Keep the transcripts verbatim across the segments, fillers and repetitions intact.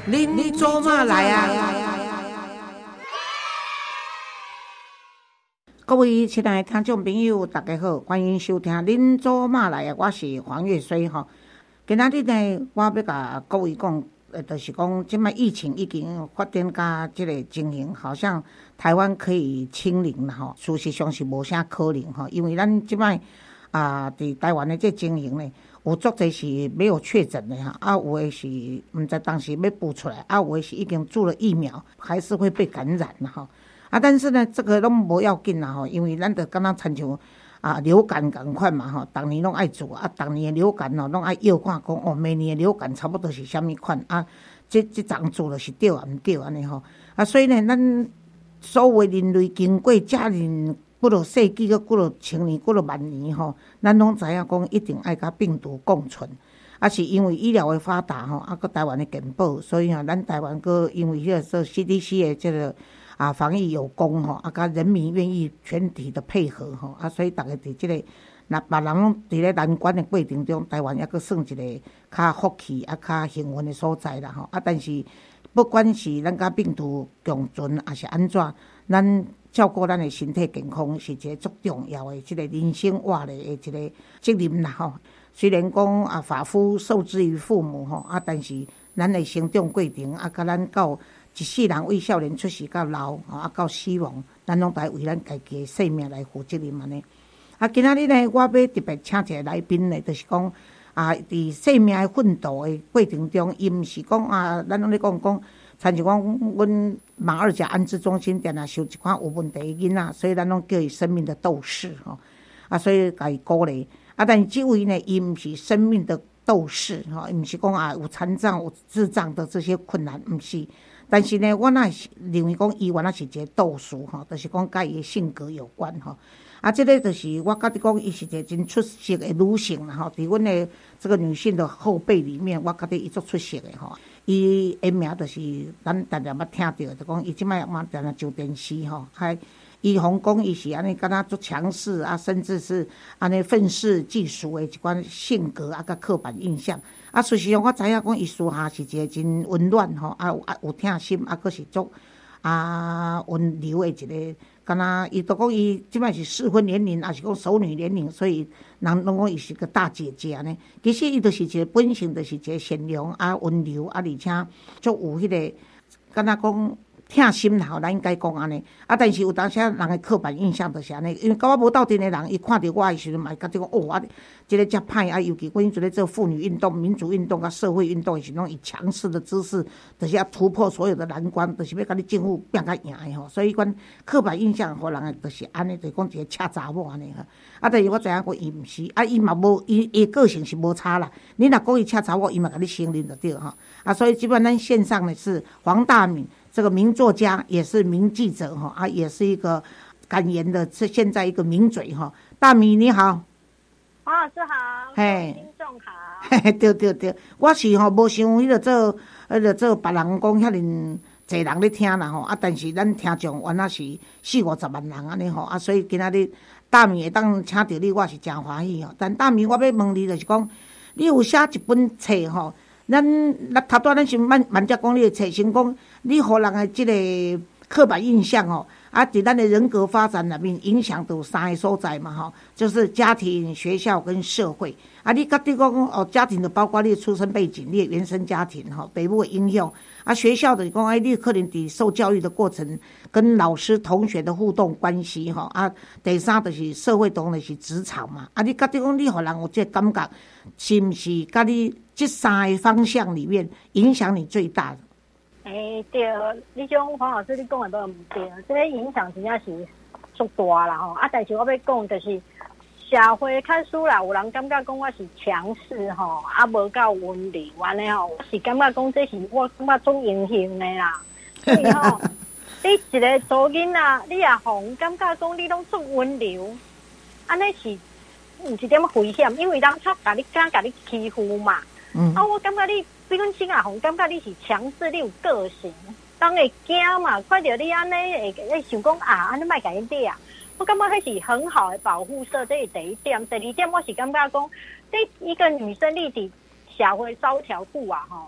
恁做嘛来啊？各位亲爱的听众朋友，大家好，欢迎收听《恁做嘛来啊》，我是黄月水吼。今仔日呢，我要甲各位讲，呃，就是讲，即摆疫情已经发展到即个情形，好像台湾可以清零了吼。事实上是无啥可能吼，因为咱即摆啊，伫台湾的这情形呢，有足侪是没有确诊的哈，啊，有的是毋知当时要补出来，啊，有的是已经注了疫苗，还是会被感染哈。啊，但是呢，这个拢无要紧啦吼，因为咱着敢若亲像啊流感共款嘛吼，逐年拢爱做啊，逐年的流感哦，拢爱药看讲哦，明年的流感差不多是啥物款啊？这这张做了是对啊，毋对安尼吼啊，所以呢，咱所有人类经过遮尔几落世纪、个几落千年、几落万年吼，咱拢知影讲一定爱甲病毒共存。啊，是因为医疗的发达吼，啊，个台湾的健保，所以吼，咱台湾个因为迄个做 C D C 的这个。啊，防疫有功吼，啊，甲人民愿意全体的配合吼，啊，所以大家伫即个，那别人拢伫咧难关的过程中，台湾抑阁算一个较福气啊、较幸运的所在啦吼。啊，但是不管是咱甲病毒共存，还是安怎，咱照顾咱的身体健康是一个足重要的，即个人生活的一个责任啦吼。虽然讲啊，法夫受之于父母吼，啊，但是咱的成长过程啊，甲咱到一世人为少年出世到老，啊到死亡，咱拢来为咱家己的生命来负责任安尼。啊，今仔日呢，我要特别请一个来宾呢，就是讲啊，伫生命的奋斗的过程中，伊毋是讲啊，咱拢咧讲讲，亲像讲，阮马二甲安置中心定定收一款有问题的囡仔，所以咱拢叫伊生命的斗士吼。啊，所以甲伊鼓励。啊，但是即位呢，伊毋是生命的斗士吼，伊毋是讲啊有残障、有智障的这些困难，毋是。但是呢，我那是认为讲，伊原来是一个斗士吼，就是讲甲伊的性格有关吼。啊，这个就是我觉得讲，伊是一个真出色的女性啦吼。伫阮的这个女性的后辈里面，我觉得伊足出色的吼。伊的名就是咱常常捌听到，就讲伊即摆嘛常常上电视吼，还伊红讲伊是安尼，敢若足强势啊，甚至是安尼愤世嫉俗的一款性格啊，甲刻板印象。啊，事实上我知影讲，伊私下是一个真温暖吼，啊有啊有疼心，啊佫是足啊温柔的一个，敢若伊都讲伊即摆是适婚年龄，也是讲熟女年龄，所以人拢讲伊是个大姐姐安尼。其实伊就是一个本性，就是一个善良啊温柔啊，而且足有迄个，敢若讲。疼心啦，咱应该讲安尼。啊，但是有当时人的刻板印象就是安尼，因为甲我无斗阵的人，伊看到我的时阵，嘛会觉得讲哦，啊，即个遮歹啊，尤其阮做咧做妇女运动、民主运动、甲社会运动的时阵，以强势的姿势，就是要突破所有的难关，就是要甲你政府拼甲赢的吼。所以，阮刻板印象互人的就是安尼，就是讲一个恰查某安尼哈。啊，但是我知影讲伊毋是，啊，伊嘛无，伊伊个性是无差啦。你若讲伊恰查某，伊嘛甲你承认就对哈。啊，所以基本咱线上呢是黄大敏。这个名作家也是名记者哈啊，也是一个敢言的，是现在一个名嘴哈。大米你好， 黄老师好，嘿，听众好， 嘿，对对对，我是吼无想迄个做，迄个做别人讲遐尼侪人咧听啦吼啊，但是咱听众原来是四五十万人安尼吼啊，所以今仔日大米会当请到你，我是真欢喜吼。但大米我要问你就是讲，你有写一本册吼？咱咱头拄咱是慢慢只讲你的册，先讲你互人的即个刻板印象吼，啊，伫咱的人格发展内面影响到三个所在嘛吼，就是家庭、学校跟社会。啊，你觉得讲哦，家庭就包括你的出生背景、你的原生家庭吼，父母的影响。啊，学校的讲哎，你可能伫受教育的过程，跟老师、同学的互动关系吼。啊，第三就是社会当然是职场嘛。啊，你觉得讲你互人有这感觉，是毋是甲你？这三个方向里面，影响你最大的。 哎、欸，对，你种黄老师你讲的都唔对，这个影响真正是足大啦吼。啊，但是我要讲就是社会较输啦，有人感觉讲我是强势吼，啊无够温柔安尼吼，我是感觉讲这是我感觉足阴性的啦。所以吼，你一个做囡仔，你也互感觉讲你拢足温柔，安尼是有一点危险，因为人较甲你敢甲你欺负嘛。嗯、啊，我感觉你比阮亲啊，红感觉你是强势，你有个性，当会惊嘛，看到你安尼会会想讲啊，安尼莫甲伊掠。我感觉迄是很好的保护色，这是第一点。第二点，我是感觉讲，这一个女生你伫社会走条路啊，吼，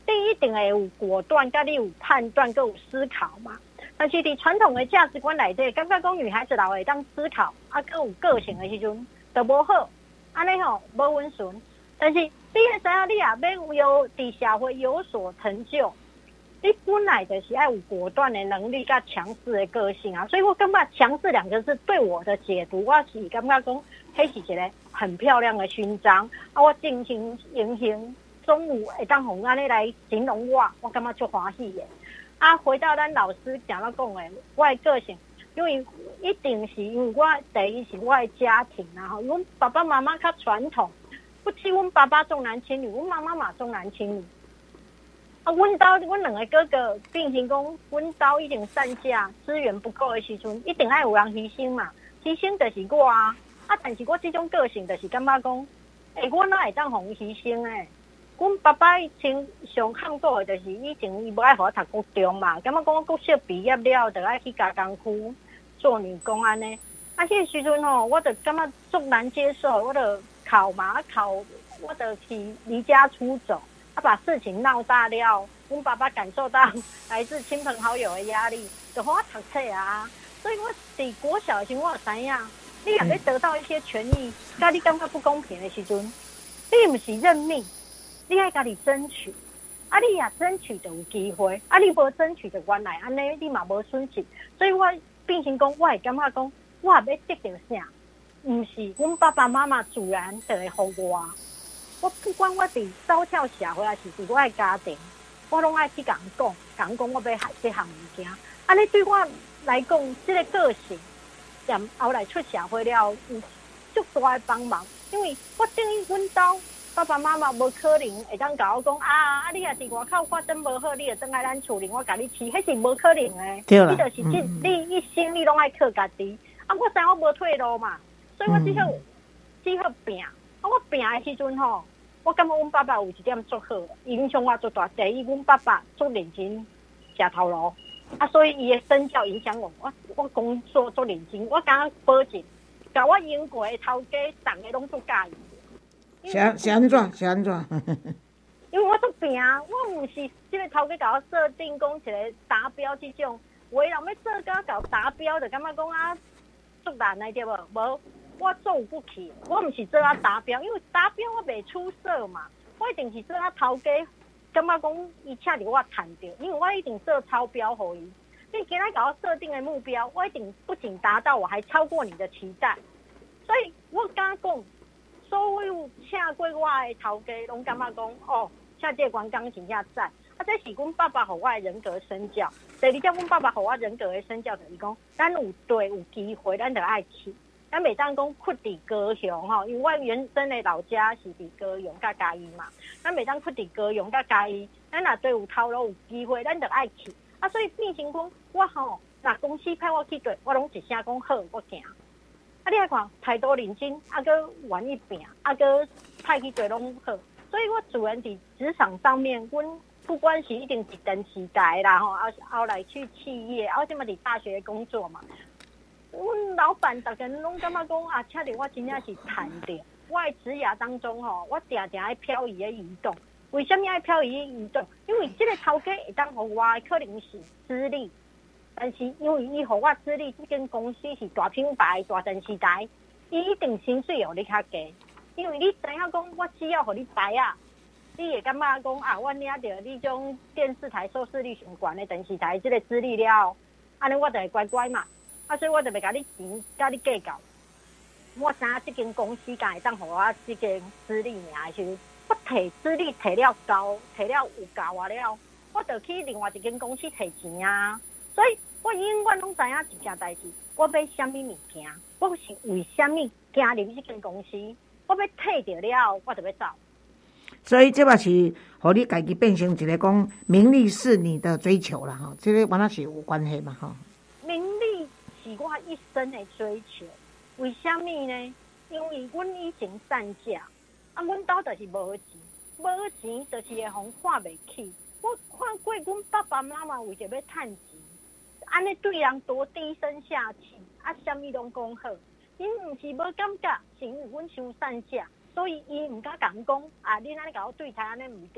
你一定会有果断，甲你有判断，佮有思考嘛。但是伫传统的价值观内底，感觉讲女孩子若会当思考，啊，佮有个性的时阵，就无好，安尼吼无温顺。但是你会知影，你也要有伫社会有所成就，你本来就是要有果断的能力，甲强势的个性啊。所以我感觉强势两个字对我的解读，我是感觉讲，迄是一个很漂亮的勋章啊。我正情言行，总有会当用安尼来形容我，我感觉足欢喜的。啊，回到咱老师讲到讲的，我的个性，因为一定是因为我第一是我的家庭啊，吼，阮爸爸妈妈较传统，不止阮爸爸重男轻女，阮妈妈嘛重男轻女。啊，阮兜阮两个哥哥变成讲，阮兜已经散架，资源不够的时阵，一定爱有人牺牲嘛，牺牲就是我啊。啊，但是我这种个性就是感觉讲，诶，我哪会当互伊牺牲诶？阮爸爸以前上抗阻的，就是以前伊无爱互我读高中嘛，感觉讲我国小毕业了，就爱去加工区做女工安尼。啊，迄个时阵吼，我就感觉足难接受，我就考嘛，考我就去离家出走，啊，把事情闹大了，阮爸爸感受到来自亲朋好友的压力，就互我读册啊。所以我伫国小的时候，我有知影，你若要得到一些权益，甲你感觉不公平的时阵，你毋是认命。你爱家己争取，啊，你也争取就有机会，啊，你无争取就原来安尼，你嘛无损失。所以我变成讲，我会感觉讲，我要得到啥，毋是阮爸爸妈妈自然就会互我。我不管我伫走跳社会，还是伫我的家庭，我拢爱去甲人讲，甲人讲我要学这项物件。安尼对我来讲，这个个性，然后来出社会了，有足大的帮忙，因为我等于阮兜。爸爸妈妈无可能会当甲我讲啊，啊你也伫外口发展无好，你就转来咱厝里，我甲你饲，迄是无可能诶。 对啦， 你就是即、嗯、你一生你拢爱靠家己。啊，我知我无退路嘛，所以我只好、嗯、只好拼。啊，我拼诶时阵吼，我感觉阮爸爸有一点足好，影响我足大。第一，阮爸爸足认真食头路，啊，所以伊诶身教影响我。我我工作足认真，我敢保证，甲我用过诶头家，逐个拢足介意。 是安是安怎？是安怎？ 因为我做拼，我唔是即个头家甲我设定讲一个达标这种，为人要做到搞达标，就感觉讲啊足难的对无？无，我做有骨气，我唔是做啊达标，因为达标我袂出色嘛，我一定是做啊头家，感觉讲伊请着我赚着，因为我一定做超标互伊。你今仔甲我设定的目标，我一定不仅达到，我还超过你的期待，所以我敢讲。所有请过我的头家，拢感觉讲哦，请这员工真正赞。啊，这是阮爸爸互我的人格身教。第二点，阮爸爸互我人格的身教就是讲，咱有对有机会，咱就爱去。咱袂当讲屈伫高雄吼，因为我原生的老家是伫高雄甲嘉义嘛。咱袂当屈伫高雄甲嘉义，咱若对有头路有机会，咱就爱去。啊，所以变成讲，我吼，若公司派我去对，我拢一声讲好，我行。啊！你来看，态度认真，啊，搁愿意拼，啊，搁派去做拢好。所以我自然伫职场上面，阮不管是一定是电视台啦，吼，后后来去企业，啊，即嘛伫大学工作嘛。阮老板逐个人拢感觉讲啊，确实我真正是赚着。我的职涯当中吼，我常常爱漂移的移动。为什么爱漂移移动？因为这个头家会当互我的可能是资历。但是因为伊互我资历，这间公司是大品牌、大电视台，伊一定薪水互你较低。因为你知影讲，我只要互你排啊，你会感觉讲啊，我领着你种电视台收视率上悬的电视台这个资历了，安尼我就会乖乖嘛。啊，所以我就袂甲你钱，甲你计较。我知影这间公司敢会当互我这间资历尔的时候，我摕资历摕了高，摕了有够啊了，我就去另外一间公司摕钱啊。所以我永远拢知影一件代志，我要什么物件，我是为什么进入这间公司，我要摕到了，我就要走。 所以这嘛是，互你家己变成一个讲名利是你的追求啦，吼，这个完全是有关系嘛，吼。 名利是我一生的追求，为什么呢？因为阮以前散假，啊，阮兜就是无钱，无钱就是会互看袂起。我看过阮爸爸妈妈为着要趁钱。安尼对人多低声下气，啊，啥物拢讲好，因毋是无感觉，是因为阮伤散者，所以伊毋敢讲讲啊，你安尼甲我对待安尼毋对，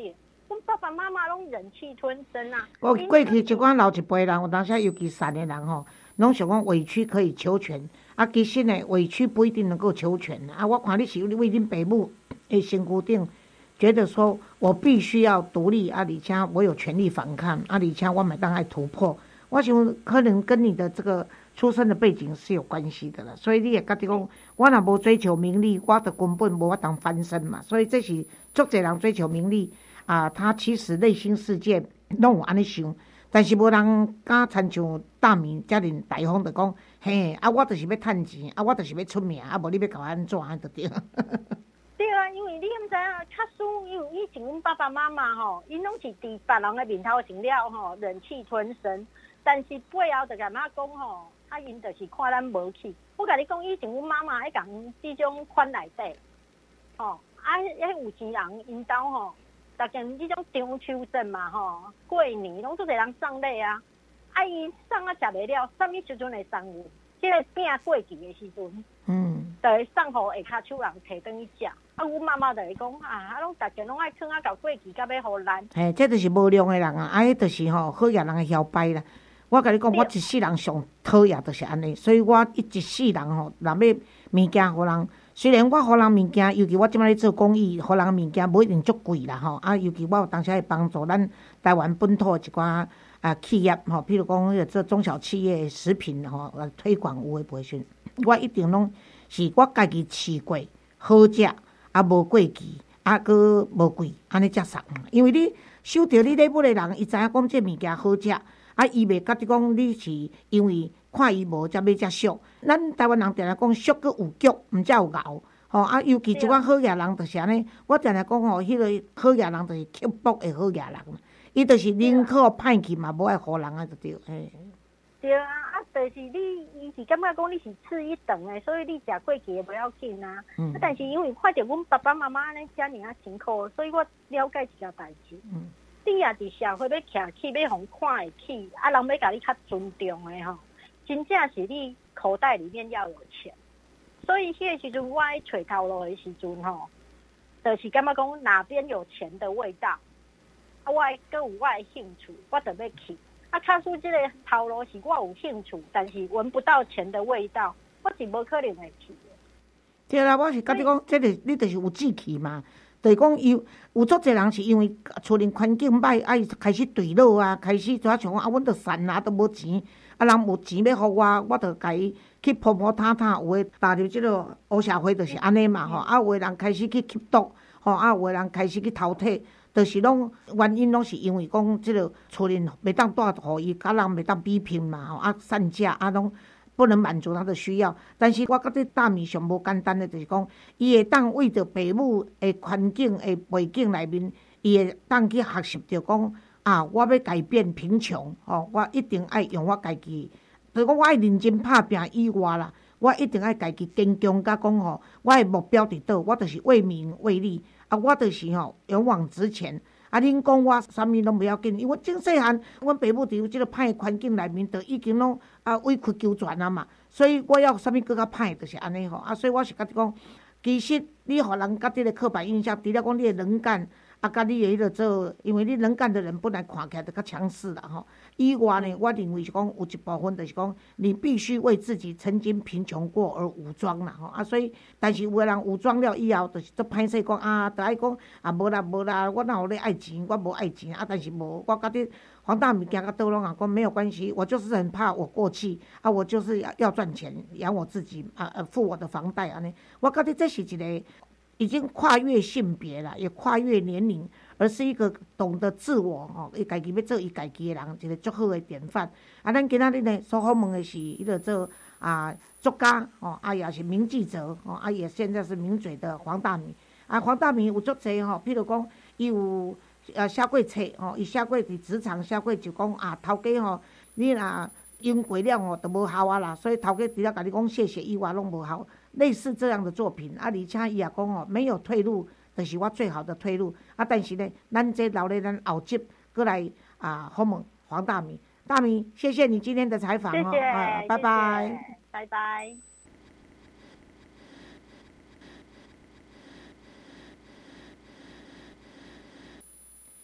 阮爸爸妈妈拢忍气吞声啊。 过过去一寡老一辈人，有当时尤其善的人吼，拢想讲委屈可以求全，啊，其实呢，委屈不一定能够求全啊。我看你是为恁爸母的身躯顶，觉得说我必须要独立啊，而且我有权利反抗啊，而且我买当爱突破。我想可能跟你的这个出生的背景是有关系的了，所以你也觉得讲，我若无追求名利，我的根本无法当翻身嘛。所以这是足侪人追求名利啊，他其实内心世界拢有安尼想，但是无人敢参像大明遮尔大方，就讲嘿啊，我就是要趁钱，啊，我就是要出名，啊，无你要甲我安怎安就对。 对啊，因为你毋知影，较输，因为以前阮爸爸妈妈吼，因拢是伫别人的面头前了吼，忍气吞声。但是背后就甲妈讲吼，啊，因就是看咱无起。我甲你讲，以前阮妈妈喺讲即种款内底，吼，啊，迄有钱人因兜吼，逐件即种中秋节嘛吼，过年拢做侪人送礼啊，啊，伊送啊食袂了，啥物时阵会送有？即、这个饼过期的时阵，嗯，就会送互下骹手人摕转去食。啊，阮妈妈就会讲啊，啊，拢逐件拢爱囥啊到过期，甲要互咱。嘿， 这就是无良的人啊，啊，迄就是吼好野人的摇摆啦。我甲你讲，我一世人上讨厌就是安尼，所以我一一世人吼，若要物件互人，虽然我互人物件，尤其我即摆咧做公益，互人物件无一定足贵啦吼，啊，尤其我有当时会帮助咱台湾本土一寡啊企业吼，譬如讲迄个做中小企业食品吼，推广有诶培训，我一定拢是我家己试过好食，啊无过期，啊佫无贵，安尼才送。因为你收到你礼物诶人，伊知影讲这物件好食。啊，伊袂觉得讲你是因为看伊无才要才俗，咱台湾人定定讲俗佫有局，毋才有熬。吼啊，尤其即款好野人就是安尼。我定定讲吼，迄个好野人就是刻薄的好野人，伊就是宁可歹去嘛，无爱互人啊，就对。嘿。 对啊，啊，就是你，伊是感觉讲你是次一等的，所以你食过期也不要紧啊。嗯。啊，但是因为看到阮爸爸妈妈呢遮尔啊辛苦，所以我了解一件代志。嗯。你也伫社会要徛起，要互看会起，啊，人要甲你较尊重的吼，真正是你口袋里面要有钱。所以迄个时阵，我喺找头路的时阵吼，就是感觉讲哪边有钱的味道，啊，我搁有我的兴趣，我就要去。啊，卡数这个头路是我有兴趣，但是闻不到钱的味道，我是无可能会去的。 对啦，我是甲你讲，这个你就是有志气嘛。就是讲，有有足侪人是因为厝里环境歹，啊，伊开始坠落啊，开始怎像讲啊，阮着散啊，都无钱，啊，人无钱要互我，我着甲伊去摸摸探探，有诶踏入即个黑社会，就是安尼嘛吼。啊，有诶人开始去吸毒，吼，啊，有诶人开始去偷窃，就是拢原因拢是因为讲即个厝里袂当带互伊，甲人袂当比拼嘛，吼，啊，散价啊，拢。不能满足他的需要，但是我觉得大米上无简单的，就是讲，伊会当为着父母的环境的背景内面，伊会当去学习着讲啊，我要改变贫穷，吼，我一定爱用我家己，就是讲我爱认真打拼以外啦，我一定爱家己坚强，甲讲吼，我的目标伫倒，我就是为民为利，啊，我就是吼勇往直前。啊，恁讲我啥物拢不要紧，因为真细汉，阮爸母伫即个歹环境内面，就已经拢啊委曲求全啊嘛，所以我要啥物更较歹，就是安尼吼。啊，所以我是甲你讲，其实你互人甲即个刻板印象，除了讲你的能干，啊，甲你的迄个做，因为你能干的人本来看起来就较强势啦吼。以外呢，我认为是讲有一部分就是讲，你必须为自己曾经贫穷过而武装啦吼。啊，所以但是有个人武装了以后，就是做歹势讲啊，就爱讲啊，无啦无啦，我哪有咧爱钱，我无爱钱啊，但是无，我甲你黄大米行到倒拢啊，讲没有关系，我就是很怕我过气啊，我就是要要赚钱养我自己啊，呃，付我的房贷安尼。我觉得这是一个。已经跨越性别了，也跨越年龄，而是一个懂得自我吼，伊家己要做伊家己的人，一个足好的典范。啊，咱今仔日呢，所访问的是迄个做啊作家吼，啊也是名记者吼，啊也现在是名嘴的黄大米。啊，黄大米有足侪吼，譬如讲，伊有呃写过册吼，伊写过伫职场写过就讲啊，头家吼，你若用过了吼，就无效啊啦，所以头家除了甲你讲谢谢以外，拢无效。类似这样的作品，啊，而且伊也讲哦，没有退路，就是我最好的退路。啊，但是呢，咱这留咧咱后集过来啊，访问黄大米。大米，谢谢你今天的采访哦， 谢谢， 啊，拜拜， 拜拜。